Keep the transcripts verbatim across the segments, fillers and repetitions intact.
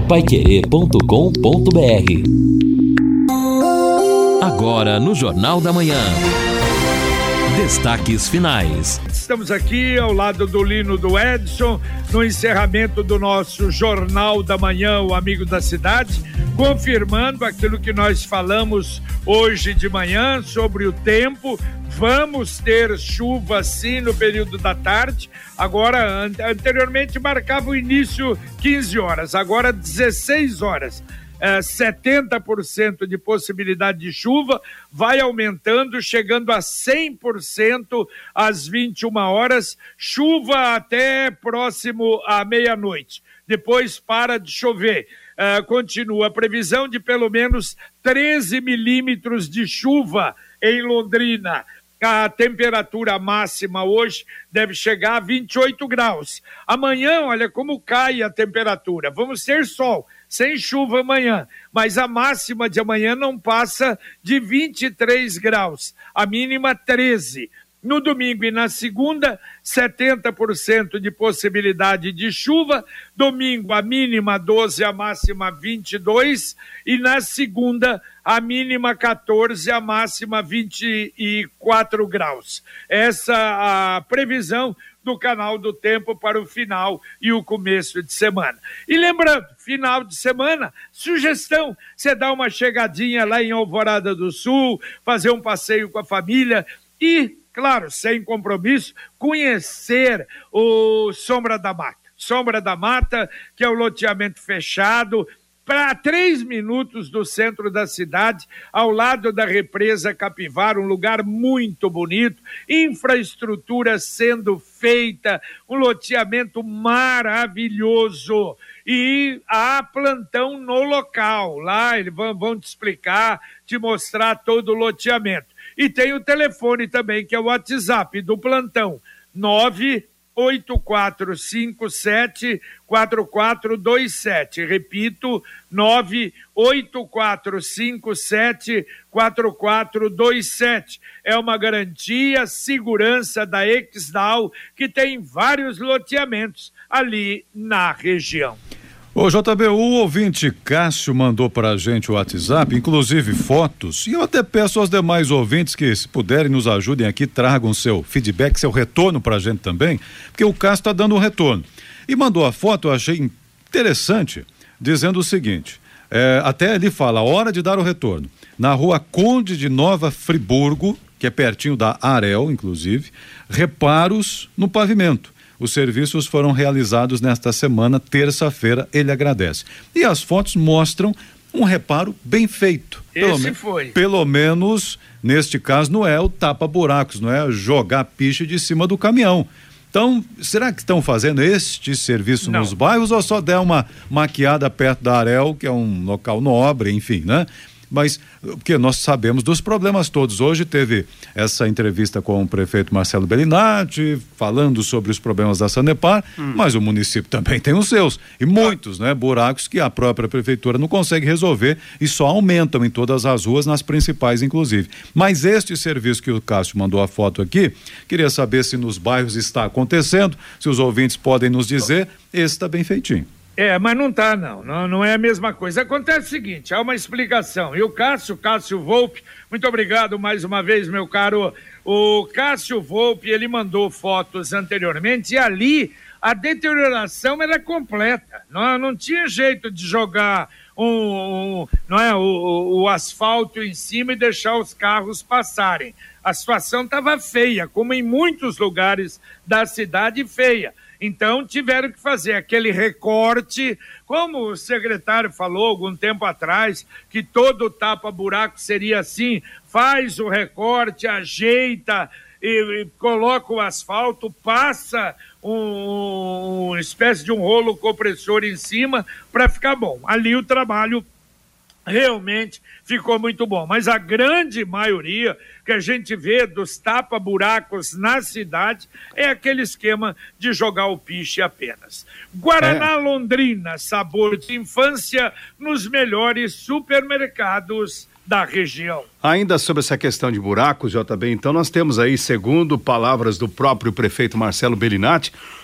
paiquerê ponto com ponto br. Agora no Jornal da Manhã. Destaques finais. Estamos aqui ao lado do Lino, do Edson, no encerramento do nosso Jornal da Manhã, o Amigo da Cidade, confirmando aquilo que nós falamos hoje de manhã sobre o tempo. Vamos ter chuva sim no período da tarde. Agora, anteriormente marcava o início quinze horas, agora dezesseis horas. É, setenta por cento de possibilidade de chuva, vai aumentando, chegando a cem por cento às vinte e uma horas, chuva até próximo à meia-noite. Depois para de chover. Uh, continua a previsão de pelo menos treze milímetros de chuva em Londrina. A temperatura máxima hoje deve chegar a vinte e oito graus. Amanhã, olha como cai a temperatura. Vamos ter sol, sem chuva amanhã, mas a máxima de amanhã não passa de vinte e três graus, a mínima treze. No domingo e na segunda, setenta por cento de possibilidade de chuva. Domingo, a mínima doze, a máxima vinte e dois. E na segunda, a mínima quatorze, a máxima vinte e quatro graus. Essa a previsão do Canal do Tempo para o final e o começo de semana. E lembrando, final de semana, sugestão, você dá uma chegadinha lá em Alvorada do Sul, fazer um passeio com a família e, claro, sem compromisso, conhecer o Sombra da Mata. Sombra da Mata, que é o loteamento fechado, para três minutos do centro da cidade, ao lado da represa Capivara, um lugar muito bonito, infraestrutura sendo feita, um loteamento maravilhoso. E há plantão no local, lá eles vão, vão te explicar, te mostrar todo o loteamento. E tem o telefone também, que é o WhatsApp do plantão, nove oito quatro cinco sete quatro quatro dois sete. Repito, nove oito quatro cinco sete quatro quatro dois sete. É uma garantia, segurança da Exdal, que tem vários loteamentos ali na região. Ô J B, o ouvinte Cássio mandou para a gente o WhatsApp, inclusive fotos, e eu até peço aos demais ouvintes que, se puderem, nos ajudem aqui, tragam seu feedback, seu retorno para a gente também, porque o Cássio está dando um retorno. E mandou a foto, eu achei interessante, dizendo o seguinte, é, até ele fala, hora de dar o retorno, na rua Conde de Nova Friburgo, que é pertinho da Arel, inclusive, reparos no pavimento. Os serviços foram realizados nesta semana, terça-feira, ele agradece. E as fotos mostram um reparo bem feito. Esse pelo foi. Pelo menos, neste caso, não é o tapa-buracos, não é jogar piche de cima do caminhão. Então, será que estão fazendo este serviço não. nos bairros ou só der uma maquiada perto da Arel, que é um local nobre, enfim, né? Mas, porque nós sabemos dos problemas todos. Hoje teve essa entrevista com o prefeito Marcelo Bellinati, falando sobre os problemas da Sanepar, hum. mas o município também tem os seus, e muitos, né, buracos que a própria prefeitura não consegue resolver e só aumentam em todas as ruas, nas principais inclusive. Mas este serviço que o Cássio mandou a foto aqui, queria saber se nos bairros está acontecendo, se os ouvintes podem nos dizer, esse está bem feitinho. É, mas não tá, não. não. Não é a mesma coisa. Acontece o seguinte, há uma explicação. E o Cássio, Cássio Volpe, muito obrigado mais uma vez, meu caro. O Cássio Volpe, ele mandou fotos anteriormente e ali a deterioração era completa. Não, não tinha jeito de jogar um, um, não é, o, o asfalto em cima e deixar os carros passarem. A situação estava feia, como em muitos lugares da cidade, feia. Então tiveram que fazer aquele recorte, como o secretário falou algum tempo atrás, que todo tapa-buraco seria assim, faz o recorte, ajeita e, e coloca o asfalto, passa um, uma espécie de um rolo compressor em cima para ficar bom. Ali o trabalho realmente ficou muito bom, mas a grande maioria que a gente vê dos tapa-buracos na cidade é aquele esquema de jogar o piche apenas. Guaraná é. Londrina, sabor de infância nos melhores supermercados da região. Ainda sobre essa questão de buracos, J B, então nós temos aí, segundo palavras do próprio prefeito Marcelo Bellinati,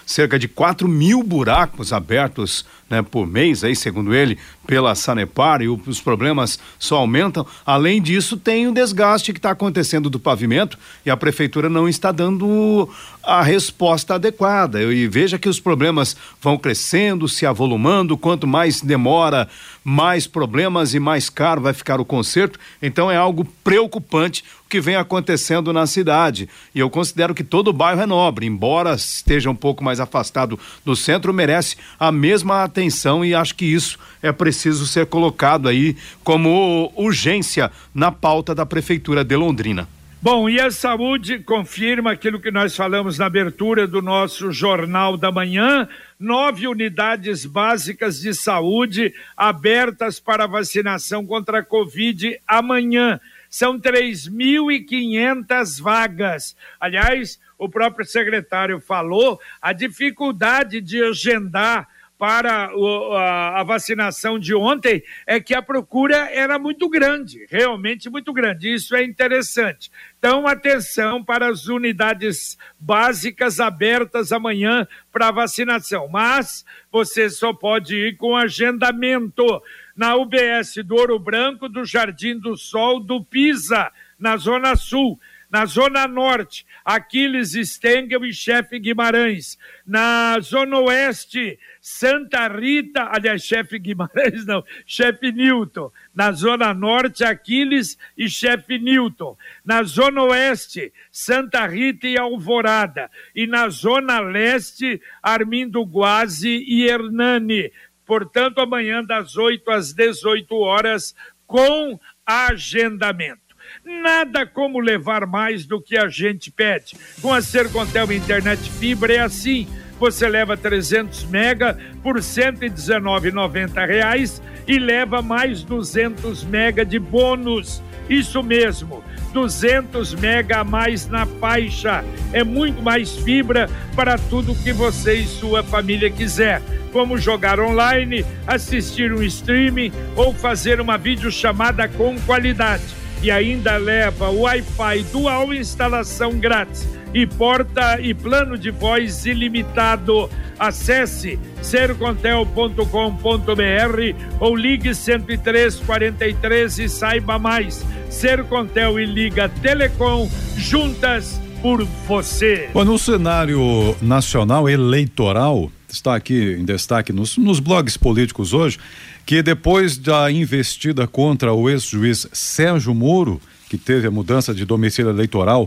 cerca de quatro mil buracos abertos, né, por mês, aí, segundo ele, pela Sanepar, e o, os problemas só aumentam. Além disso, tem o desgaste que está acontecendo do pavimento e a prefeitura não está dando a resposta adequada. E veja que os problemas vão crescendo, se avolumando, quanto mais demora, mais problemas e mais caro vai ficar o conserto. Então é algo preocupante o que vem acontecendo na cidade. E eu considero que todo o bairro é nobre, embora esteja um pouco mais afastado do centro, merece a mesma atenção, e acho que isso é preciso ser colocado aí como urgência na pauta da Prefeitura de Londrina. Bom, e a saúde confirma aquilo que nós falamos na abertura do nosso Jornal da Manhã: nove unidades básicas de saúde abertas para vacinação contra a Covid amanhã. São três mil e quinhentas vagas. Aliás, o próprio secretário falou a dificuldade de agendar para o, a, a vacinação de ontem é que a procura era muito grande, realmente muito grande. Isso é interessante. Então, atenção para as unidades básicas abertas amanhã para vacinação. Mas você só pode ir com agendamento na U B S do Ouro Branco, do Jardim do Sol, do Pisa, na Zona Sul. Na Zona Norte, Aquiles Stengel e Chefe Guimarães. Na Zona Oeste, Santa Rita, aliás, Chefe Guimarães não, Chefe Newton. Na Zona Norte, Aquiles e Chefe Newton. Na Zona Oeste, Santa Rita e Alvorada. E na Zona Leste, Armindo Guazzi e Hernani. Portanto, amanhã das oito às dezoito horas, com agendamento. Nada como levar mais do que a gente pede. Com a Sercontel Internet Fibra é assim. Você leva trezentos mega por cento e dezenove reais e noventa centavos e leva mais duzentos mega de bônus. Isso mesmo, duzentos mega a mais na faixa. É muito mais fibra para tudo que você e sua família quiser, como jogar online, assistir um streaming ou fazer uma videochamada com qualidade. E ainda leva Wi-Fi dual, instalação grátis e porta e plano de voz ilimitado. Acesse sercontel ponto com ponto br ou ligue cento e três, quarenta e três e saiba mais. Sercontel e Liga Telecom, juntas por você. Bom, no cenário nacional eleitoral, está aqui em destaque nos, nos blogs políticos hoje, que depois da investida contra o ex-juiz Sérgio Moro, que teve a mudança de domicílio eleitoral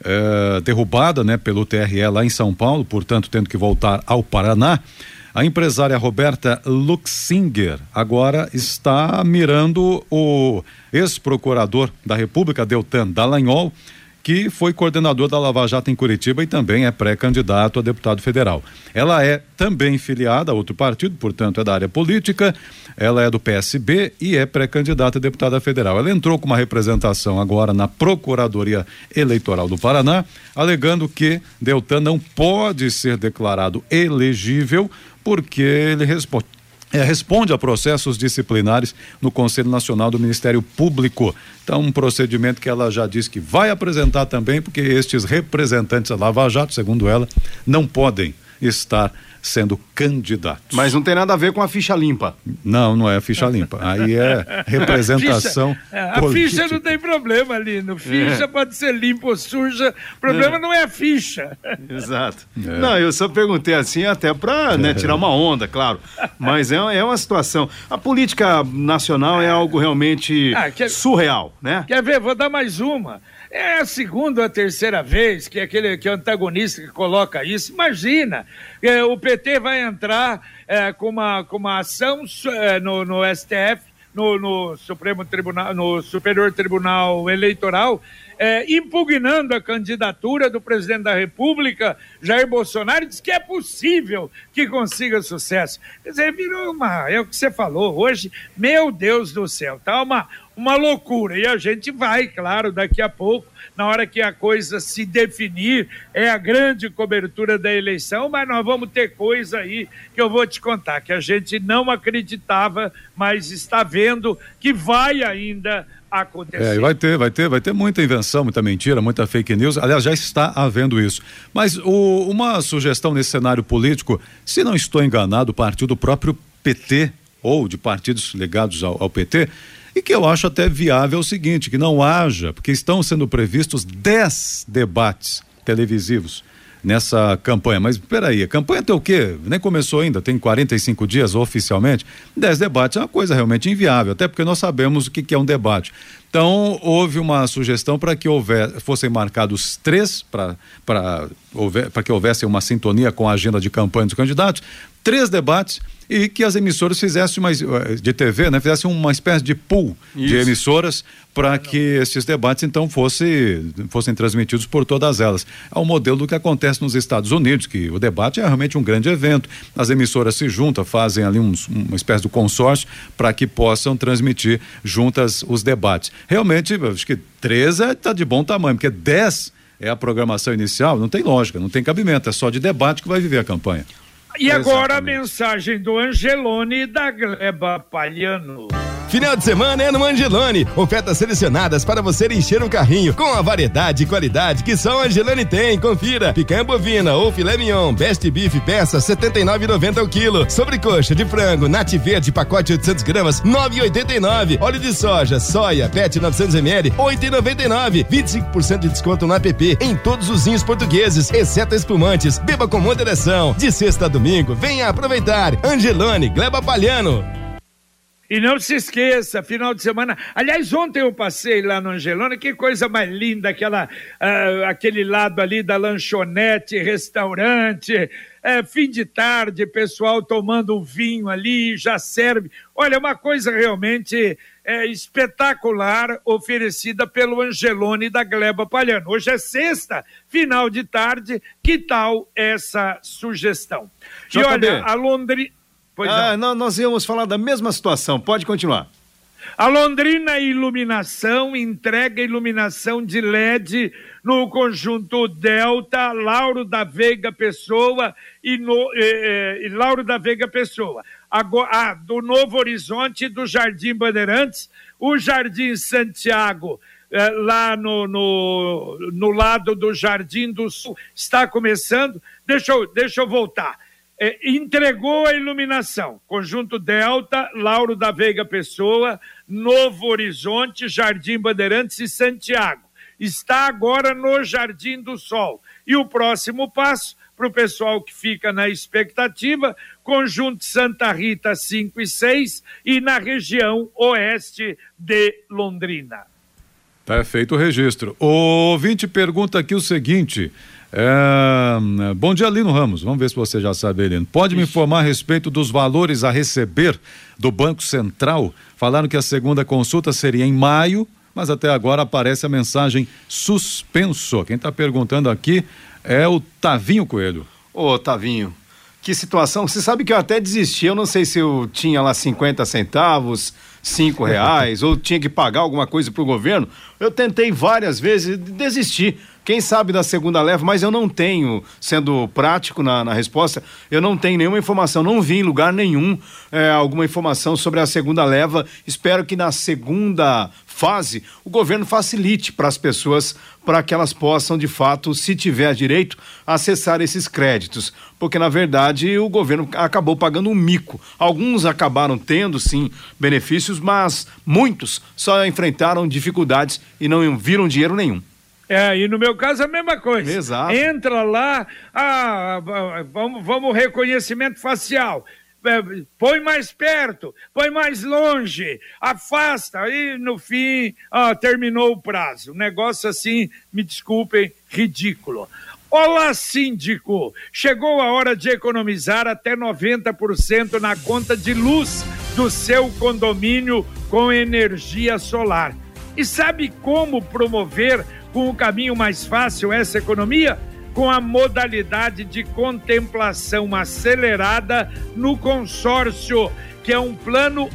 eh, derrubada, né, pelo T R E lá em São Paulo, portanto tendo que voltar ao Paraná, a empresária Roberta Luxinger agora está mirando o ex-procurador da República, Deltan Dallagnol, que foi coordenador da Lava Jato em Curitiba e também é pré-candidato a deputado federal. Ela é também filiada a outro partido, portanto é da área política, ela é do P S B e é pré-candidata a deputada federal. Ela entrou com uma representação agora na Procuradoria Eleitoral do Paraná, alegando que Deltan não pode ser declarado elegível porque ele responde É, responde a processos disciplinares no Conselho Nacional do Ministério Público. Então, um procedimento que ela já disse que vai apresentar também, porque estes representantes da Lava Jato, segundo ela, não podem estar sendo candidatos. Mas não tem nada a ver com a ficha limpa. Não, não é ficha limpa. Aí é representação a ficha, a ficha não tem problema ali. No ficha é. pode ser limpa ou suja. O problema é. não é a ficha. Exato. É. Não, eu só perguntei assim até para, né, tirar uma onda, claro. Mas é, é uma situação. A política nacional é algo realmente ah, quer, surreal, né? Quer ver? Vou dar mais uma. É a segunda ou a terceira vez que aquele que é o antagonista que coloca isso. Imagina, é, o P T vai entrar é, com, uma, com uma ação é, no, no S T F, no, no Supremo Tribunal, no Superior Tribunal Eleitoral, é, impugnando a candidatura do presidente da República, Jair Bolsonaro, diz que é possível que consiga sucesso. Quer dizer, virou uma, é o que você falou hoje, meu Deus do céu, tá uma, uma loucura. E a gente vai, claro, daqui a pouco, na hora que a coisa se definir, é a grande cobertura da eleição, mas nós vamos ter coisa aí que eu vou te contar, que a gente não acreditava, mas está vendo que vai ainda acontecer. É, vai ter, vai ter, vai ter muita invenção, muita mentira, muita fake news. Aliás, já está havendo isso. Mas o, uma sugestão nesse cenário político, se não estou enganado, partiu do próprio P T ou de partidos ligados ao, ao P T, e que eu acho até viável é o seguinte, que não haja, porque estão sendo previstos dez debates televisivos nessa campanha. Mas peraí, a campanha tem o quê? Nem começou ainda, tem quarenta e cinco dias oficialmente. dez debates é uma coisa realmente inviável, até porque nós sabemos o que, que é um debate. Então, houve uma sugestão para que houver, fossem marcados três, para para que houvesse uma sintonia com a agenda de campanha dos candidatos, três debates, e que as emissoras fizessem uma, de T V, né, fizessem uma espécie de pool Isso. de emissoras para que esses debates então fossem, fossem transmitidos por todas elas. É o modelo do que acontece nos Estados Unidos, que o debate é realmente um grande evento, as emissoras se juntam, fazem ali uns, uma espécie de consórcio para que possam transmitir juntas os debates. Realmente, acho que treze está de bom tamanho, porque dez é a programação inicial, não tem lógica, não tem cabimento, é só de debate que vai viver a campanha. E agora a mensagem do Angelone e da Gleba Palhano. Final de semana é no Angelone. Ofertas selecionadas para você encher o carrinho com a variedade e qualidade que só o Angelone tem. Confira. Picanha bovina ou filé mignon, best beef peça setenta e nove reais e noventa centavos o quilo. Sobrecoxa de frango Nati Verde pacote oitocentos gramas nove reais e oitenta e nove centavos. Óleo de soja soia Pet novecentos mililitros oito reais e noventa e nove centavos. vinte e cinco por cento de desconto no app em todos os vinhos portugueses, exceto espumantes. Beba com moderação. De sexta a domingo, venha aproveitar. Angelone, Gleba Palhano. E não se esqueça, final de semana, aliás, ontem eu passei lá no Angelone, que coisa mais linda, aquela, uh, aquele lado ali da lanchonete, restaurante, uh, fim de tarde, pessoal tomando um vinho ali, já serve, olha, uma coisa realmente uh, espetacular, oferecida pelo Angelone da Gleba Palhano. Hoje é sexta, final de tarde, que tal essa sugestão? E J B. olha, a Londrina... Ah, não, nós íamos falar da mesma situação, pode continuar. A Londrina Iluminação entrega iluminação de L E D no conjunto Delta, Lauro da Veiga Pessoa e, no, eh, eh, Lauro da Veiga Pessoa. Agora, ah, do Novo Horizonte e do Jardim Bandeirantes, o Jardim Santiago, eh, lá no, no, no lado do Jardim do Sul, está começando. Deixa eu, deixa eu voltar. É, entregou a iluminação, conjunto Delta, Lauro da Veiga Pessoa, Novo Horizonte, Jardim Bandeirantes e Santiago. Está agora no Jardim do Sol. E o próximo passo, para o pessoal que fica na expectativa, conjunto Santa Rita cinco e seis e na região oeste de Londrina. Tá feito o registro. O ouvinte pergunta aqui o seguinte... É, bom dia, Lino Ramos, vamos ver se você já sabe, Lino. Pode me informar a respeito dos valores a receber do Banco Central? Falaram que a segunda consulta seria em maio, mas até agora aparece a mensagem suspenso. Quem está perguntando aqui é o Tavinho Coelho. Ô, Tavinho, que situação, você sabe que eu até desisti, eu não sei se eu tinha lá cinquenta centavos, cinco reais, ou tinha que pagar alguma coisa pro governo. Eu tentei várias vezes desistir. Quem sabe da segunda leva, mas eu não tenho, sendo prático na, na resposta, eu não tenho nenhuma informação, não vi em lugar nenhum é, alguma informação sobre a segunda leva. Espero que na segunda fase o governo facilite para as pessoas, para que elas possam de fato, se tiver direito, acessar esses créditos, porque na verdade o governo acabou pagando um mico. Alguns acabaram tendo sim benefícios, mas muitos só enfrentaram dificuldades e não viram dinheiro nenhum. É, e no meu caso a mesma coisa. Exato. Entra lá, ah, vamos, vamos reconhecimento facial, põe mais perto, põe mais longe, afasta, e no fim, ah, terminou o prazo. Um negócio assim, me desculpem, ridículo. Olá, síndico, chegou a hora de economizar até noventa por cento na conta de luz do seu condomínio com energia solar. E sabe como promover com o caminho mais fácil essa economia? Com a modalidade de contemplação acelerada no consórcio. que é um plano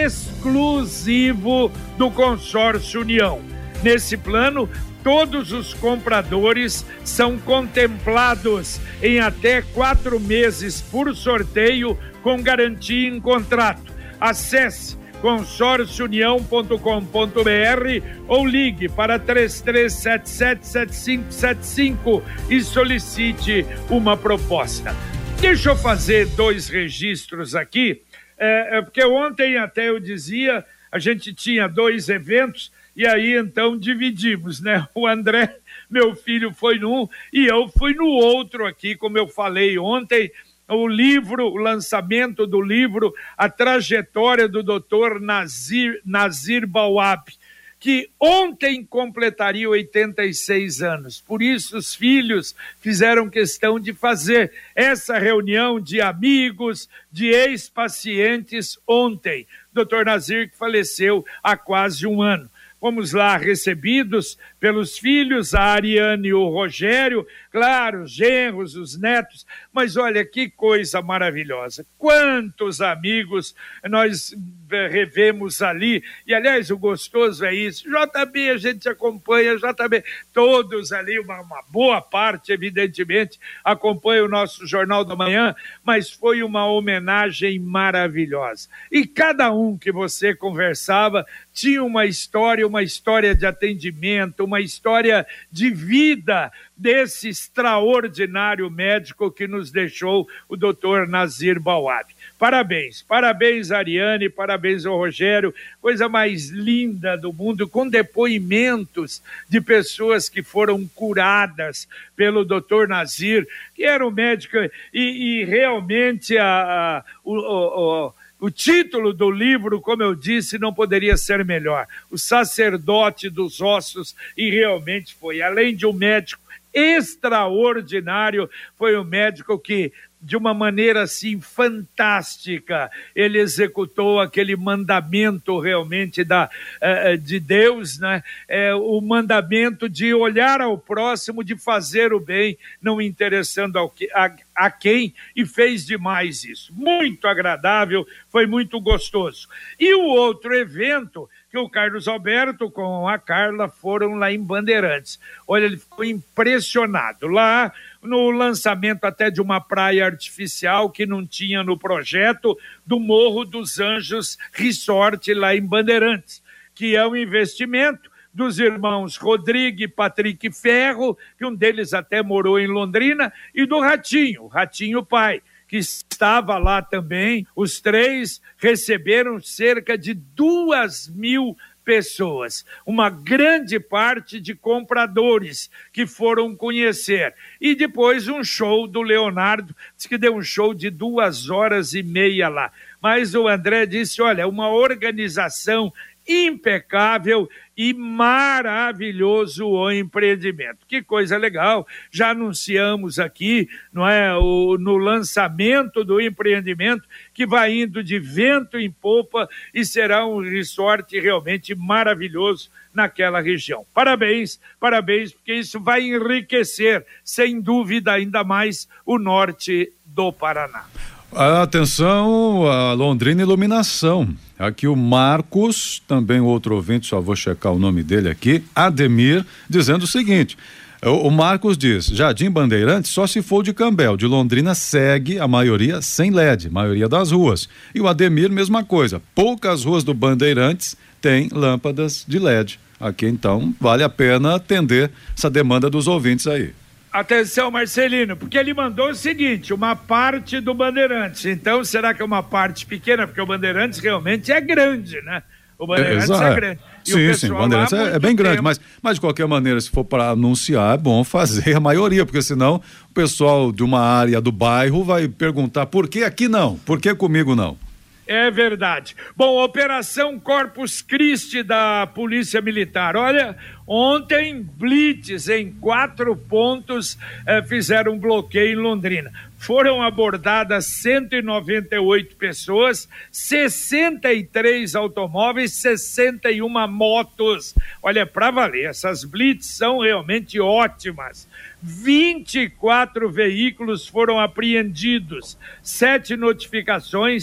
exclusivo do Consórcio União. Nesse plano, todos os compradores são contemplados em até quatro meses por sorteio com garantia em contrato. Acesse consórcio união ponto com ponto b r ou ligue para três três sete sete, sete cinco sete cinco e solicite uma proposta. Deixa eu fazer dois registros aqui, é, é, porque ontem até eu dizia, a gente tinha dois eventos e aí então dividimos, né? O André, meu filho, foi num e eu fui no outro aqui, como eu falei ontem. O livro, o lançamento do livro, a trajetória do doutor Nazir, Nazir Bawab, que ontem completaria oitenta e seis anos. Por isso, os filhos fizeram questão de fazer essa reunião de amigos, de ex-pacientes ontem. doutor Nazir, que faleceu há quase um ano. Fomos lá recebidos pelos filhos, a Ariane e o Rogério, claro, os genros, os netos, mas olha que coisa maravilhosa. Quantos amigos nós revemos ali, e aliás, o gostoso é isso, J B a gente acompanha, J B, todos ali, uma, uma boa parte, evidentemente, acompanha o nosso Jornal da Manhã, mas foi uma homenagem maravilhosa. E cada um que você conversava tinha uma história, uma história de atendimento, uma história de vida desse extraordinário médico que nos deixou o doutor Nazir Bawab. Parabéns, parabéns Ariane, parabéns ao Rogério, coisa mais linda do mundo, com depoimentos de pessoas que foram curadas pelo doutor Nazir, que era um médico, e, e realmente a, a, o, o, o O título do livro, como eu disse, não poderia ser melhor. O sacerdote dos ossos, e realmente foi. Além de um médico extraordinário, foi um médico que, de uma maneira assim fantástica, ele executou aquele mandamento realmente da, de Deus, né? É, o mandamento de olhar ao próximo, de fazer o bem, não interessando ao que, a, a quem, e fez demais isso. Muito agradável, foi muito gostoso. E o outro evento, que o Carlos Alberto com a Carla foram lá em Bandeirantes. Olha, ele ficou impressionado. Lá, no lançamento até de uma praia artificial que não tinha no projeto do Morro dos Anjos Resort, lá em Bandeirantes, que é um investimento dos irmãos Rodrigo e Patrick Ferro, que um deles até morou em Londrina, e do Ratinho, Ratinho pai, que estava lá também. Os três receberam cerca de duas mil pessoas, uma grande parte de compradores que foram conhecer. E depois um show do Leonardo, diz que deu um show de duas horas e meia lá. Mas o André disse, olha, uma organização impecável e maravilhoso o empreendimento. Que coisa legal, já anunciamos aqui, não é, o, no lançamento do empreendimento, que vai indo de vento em popa e será um resort realmente maravilhoso naquela região. Parabéns, parabéns, porque isso vai enriquecer, sem dúvida, ainda mais o norte do Paraná. Atenção, a Londrina Iluminação. Aqui o Marcos, também outro ouvinte, só vou checar o nome dele aqui, Ademir, dizendo o seguinte: o, o Marcos diz, Jardim Bandeirantes só se for de Cambel, de Londrina segue a maioria sem L E D, maioria das ruas. E o Ademir, mesma coisa, poucas ruas do Bandeirantes têm lâmpadas de L E D. Aqui então vale a pena atender essa demanda dos ouvintes aí. Atenção, Marcelino, porque ele mandou o seguinte, uma parte do Bandeirantes. Então, será que é uma parte pequena? Porque o Bandeirantes realmente é grande, né? O Bandeirantes é, é grande. E sim, o sim, o Bandeirantes é, é bem grande, tempo... mas, mas de qualquer maneira, se for para anunciar, é bom fazer a maioria, porque senão o pessoal de uma área do bairro vai perguntar por que aqui não? Por que comigo não? É verdade. Bom, Operação Corpus Christi da Polícia Militar. Olha, ontem, blitz em quatro pontos eh, fizeram um bloqueio em Londrina. Foram abordadas cento e noventa e oito pessoas, sessenta e três automóveis, sessenta e uma motos. Olha, para valer, essas blitz são realmente ótimas. vinte e quatro veículos foram apreendidos, sete notificações,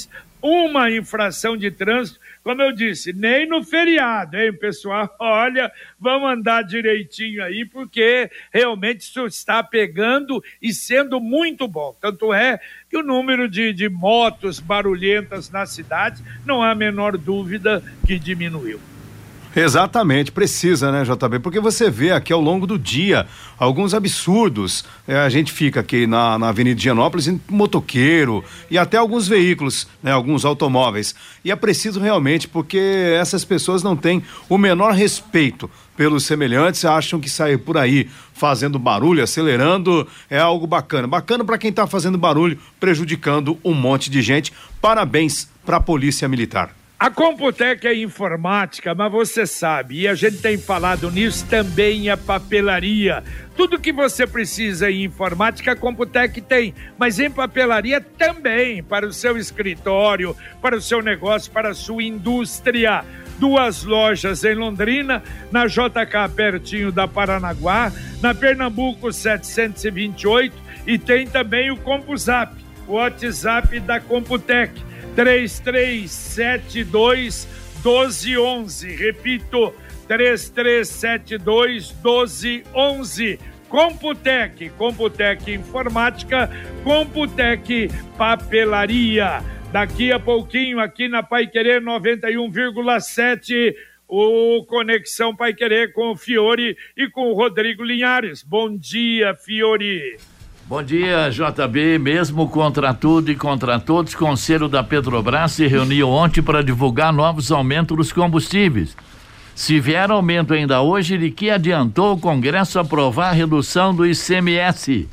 uma infração de trânsito, como eu disse, nem no feriado, hein, pessoal? Olha, vamos andar direitinho aí, porque realmente isso está pegando e sendo muito bom. Tanto é que o número de, de motos barulhentas na cidade, não há a menor dúvida que diminuiu. Exatamente, precisa, né, J B? Porque você vê aqui ao longo do dia alguns absurdos. É, a gente fica aqui na, na Avenida de Higienópolis, motoqueiro e até alguns veículos, né, alguns automóveis. E é preciso realmente, porque essas pessoas não têm o menor respeito pelos semelhantes, acham que sair por aí fazendo barulho, acelerando, é algo bacana. Bacana para quem está fazendo barulho, prejudicando um monte de gente. Parabéns para a Polícia Militar. A Computec é informática, mas você sabe, e a gente tem falado nisso, também é papelaria. Tudo que você precisa em informática, a Computec tem, mas em papelaria também, para o seu escritório, para o seu negócio, para a sua indústria. Duas lojas em Londrina, na J K pertinho da Paranaguá, na Pernambuco setecentos e vinte e oito, e tem também o CompuZap, o WhatsApp da Computec. três três sete dois, um dois um um. Repito, três três sete dois, um dois um um. Computec, Computec Informática, Computec Papelaria. Daqui a pouquinho, aqui na Paiquerê noventa e um vírgula sete, o Conexão Paiquerê com o Fiore e com o Rodrigo Linhares. Bom dia, Fiore. Bom dia, J B. Mesmo contra tudo e contra todos, o Conselho da Petrobras se reuniu ontem para divulgar novos aumentos dos combustíveis. Se vier aumento ainda hoje, de que adiantou o Congresso aprovar a redução do I C M S?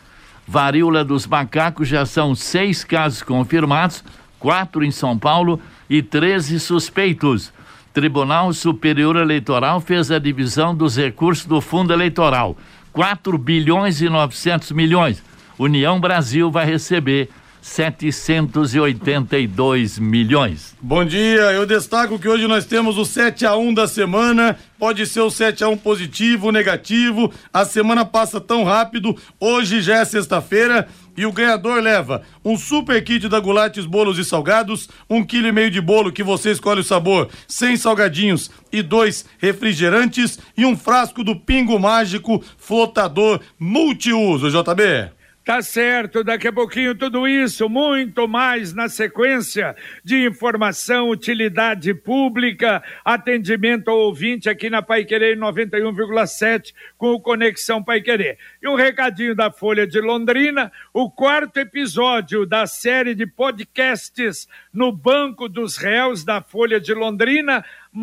Varíola dos macacos já são seis casos confirmados, quatro em São Paulo e treze suspeitos. Tribunal Superior Eleitoral fez a divisão dos recursos do Fundo Eleitoral. quatro bilhões e novecentos milhões. União Brasil vai receber setecentos e oitenta e dois milhões. Bom dia, eu destaco que hoje nós temos o sete a um da semana, pode ser o sete a um positivo, negativo, a semana passa tão rápido, hoje já é sexta-feira e o ganhador leva um super kit da Gulates Bolos e Salgados, um quilo e meio de bolo que você escolhe o sabor, sem salgadinhos e dois refrigerantes e um frasco do Pingo Mágico Flotador Multiuso, J B. Tá certo, daqui a pouquinho tudo isso, muito mais na sequência de informação, utilidade pública, atendimento ao ouvinte aqui na Paiquerê noventa e um vírgula sete com o Conexão Paiquerê. E um recadinho da Folha de Londrina, o quarto episódio da série de podcasts no Banco dos Réus da Folha de Londrina,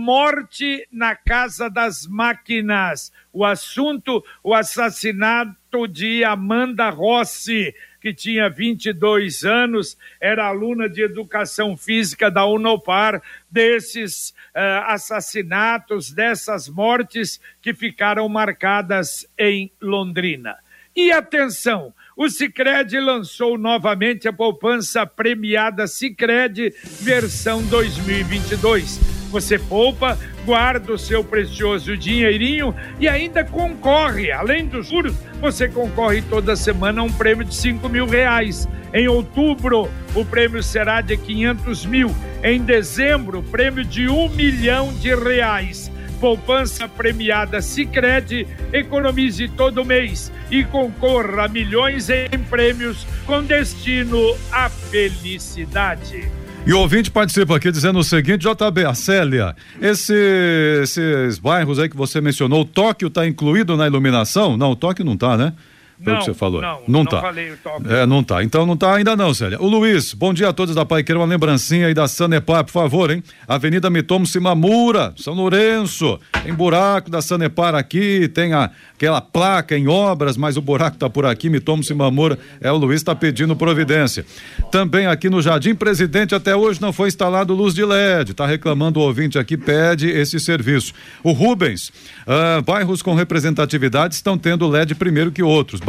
Morte na Casa das Máquinas. O assunto, o assassinato de Amanda Rossi, que tinha vinte e dois anos, era aluna de Educação Física da Unopar, desses uh, assassinatos, dessas mortes que ficaram marcadas em Londrina. E atenção, o Sicredi lançou novamente a poupança premiada Sicredi versão dois mil e vinte e dois. Você poupa, guarda o seu precioso dinheirinho e ainda concorre, além dos juros, você concorre toda semana a um prêmio de cinco mil reais. Em outubro, o prêmio será de quinhentos mil. Em dezembro, o prêmio de um milhão de reais. Poupança premiada Sicredi, economize todo mês e concorra a milhões em prêmios com destino à felicidade. E o ouvinte participa aqui dizendo o seguinte, J B, a Célia, esse, esses bairros aí que você mencionou, o Tóquio está incluído na iluminação? Não, o Tóquio não está, né? Pelo Não, que você falou. não, não não tá. falei o Tóquio. É, não tá. Então não tá ainda não, Célia. O Luiz, bom dia a todos da Paiquerê, uma lembrancinha aí da Sanepar, por favor, hein? Avenida Mitomo Simamura, São Lourenço, tem buraco da Sanepar aqui, tem a, aquela placa em obras, mas o buraco tá por aqui, Mitomo Simamura, é o Luiz tá pedindo providência. Também aqui no Jardim Presidente, até hoje não foi instalado luz de L E D, tá reclamando o ouvinte aqui, pede esse serviço. O Rubens, uh, bairros com representatividade estão tendo L E D primeiro que outros,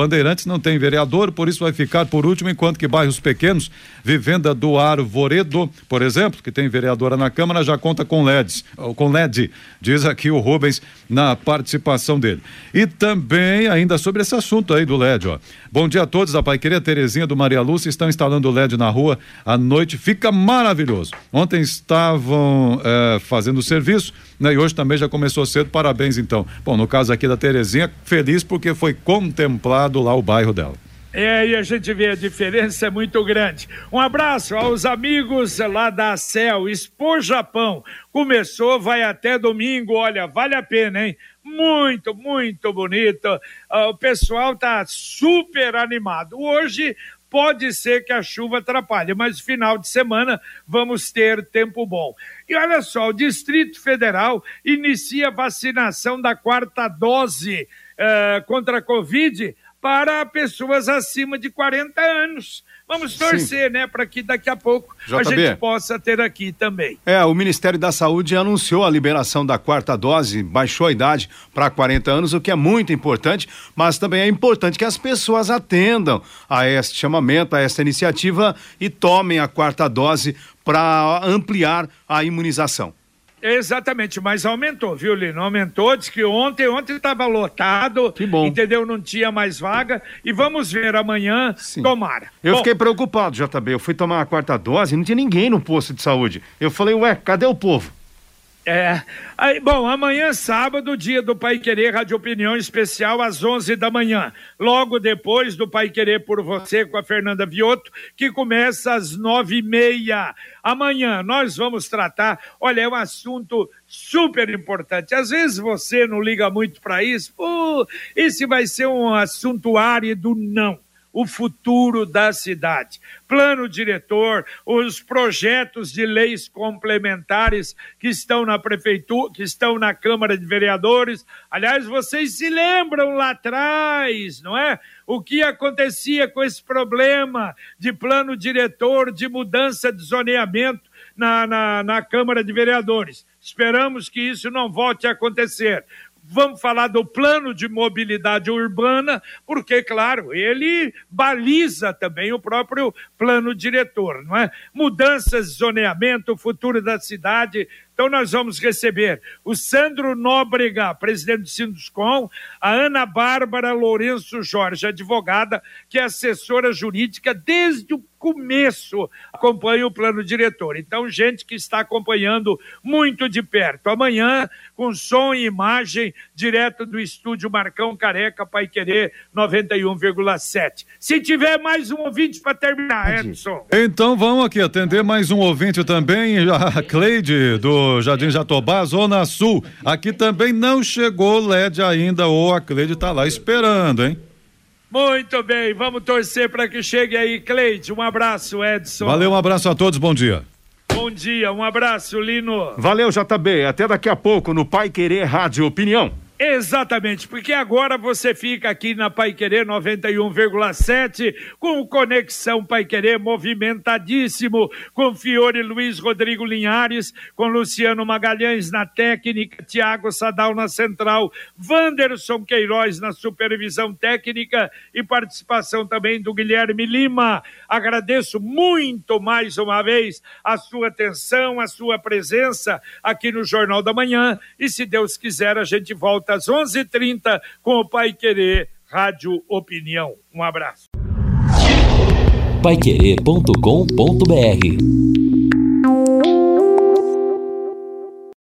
Bandeirantes não tem vereador, por isso vai ficar por último, enquanto que bairros pequenos, Vivenda do Arvoredo, por exemplo, que tem vereadora na Câmara, já conta com L E Ds, com L E D, diz aqui o Rubens na participação dele. E também ainda sobre esse assunto aí do L E D, ó. Bom dia a todos, a Paiquerê, Terezinha do Maria Lúcia estão instalando o L E D na rua à noite, fica maravilhoso. Ontem estavam é, fazendo o serviço, né, e hoje também já começou cedo, parabéns então. Bom, no caso aqui da Terezinha, feliz porque foi contemplado lá o bairro dela. É, e a gente vê a diferença é muito grande. Um abraço aos amigos lá da Cel, Expo Japão. Começou, vai até domingo, olha, vale a pena, hein? Muito, muito bonito. Uh, o pessoal tá super animado. Hoje pode ser que a chuva atrapalhe, mas no final de semana vamos ter tempo bom. E olha só, o Distrito Federal inicia a vacinação da quarta dose uh, contra a Covid para pessoas acima de quarenta anos. Vamos torcer, Sim. né, para que daqui a pouco J B. a gente possa ter aqui também. É, o Ministério da Saúde anunciou a liberação da quarta dose, baixou a idade para quarenta anos, o que é muito importante, mas também é importante que as pessoas atendam a este chamamento, a esta iniciativa e tomem a quarta dose para ampliar a imunização. Exatamente, mas aumentou, viu, Lino? Aumentou, diz que ontem, ontem estava lotado, que bom. Entendeu? Não tinha mais vaga e vamos ver amanhã, Sim. tomara. Eu bom, fiquei preocupado, J B, eu fui tomar a quarta dose e não tinha ninguém no posto de saúde. Eu falei, ué, cadê o povo? É, aí, bom, amanhã sábado, dia do Pai Querer Rádio Opinião Especial às onze da manhã, logo depois do Pai Querer por Você com a Fernanda Viotto, que começa às nove e meia. Amanhã nós vamos tratar, olha, é um assunto super importante, às vezes você não liga muito para isso, pô, esse vai ser um assunto árido, não. O futuro da cidade. Plano diretor, os projetos de leis complementares que estão na prefeitura, que estão na Câmara de Vereadores. Aliás, vocês se lembram lá atrás, não é? O que acontecia com esse problema de plano diretor, de mudança de zoneamento na, na, na Câmara de Vereadores. Esperamos que isso não volte a acontecer. Vamos falar do plano de mobilidade urbana, porque, claro, ele baliza também o próprio plano diretor, não é? Mudanças de zoneamento, o futuro da cidade. Então nós vamos receber o Sandro Nóbrega, presidente do Sinduscom, a Ana Bárbara Lourenço Jorge, advogada, que é assessora jurídica desde o começo, acompanha o plano diretor. Então, gente que está acompanhando muito de perto. Amanhã, com som e imagem, direto do estúdio Marcão Careca, Pai Querer noventa e um vírgula sete. Se tiver mais um ouvinte para terminar, Edson. Então vamos aqui atender mais um ouvinte também, a Cleide do Jardim Jatobá, Zona Sul. Aqui também não chegou L E D ainda, ou a Cleide está lá esperando, hein? Muito bem, vamos torcer para que chegue aí, Cleide. Um abraço, Edson. Valeu, um abraço a todos, bom dia. Bom dia, um abraço, Lino. Valeu, J B, até daqui a pouco no Pai Querer Rádio Opinião. Exatamente, porque agora você fica aqui na Pai Querer noventa e um vírgula sete com o Conexão Pai Querer movimentadíssimo, com Fiore Luiz Rodrigo Linhares, com Luciano Magalhães na técnica, Tiago Sadal na central, Wanderson Queiroz na supervisão técnica e participação também do Guilherme Lima. Agradeço muito mais uma vez a sua atenção, a sua presença aqui no Jornal da Manhã e se Deus quiser a gente volta às onze e trinta com o Pai Querer Rádio Opinião. Um abraço. paiquerê ponto com ponto br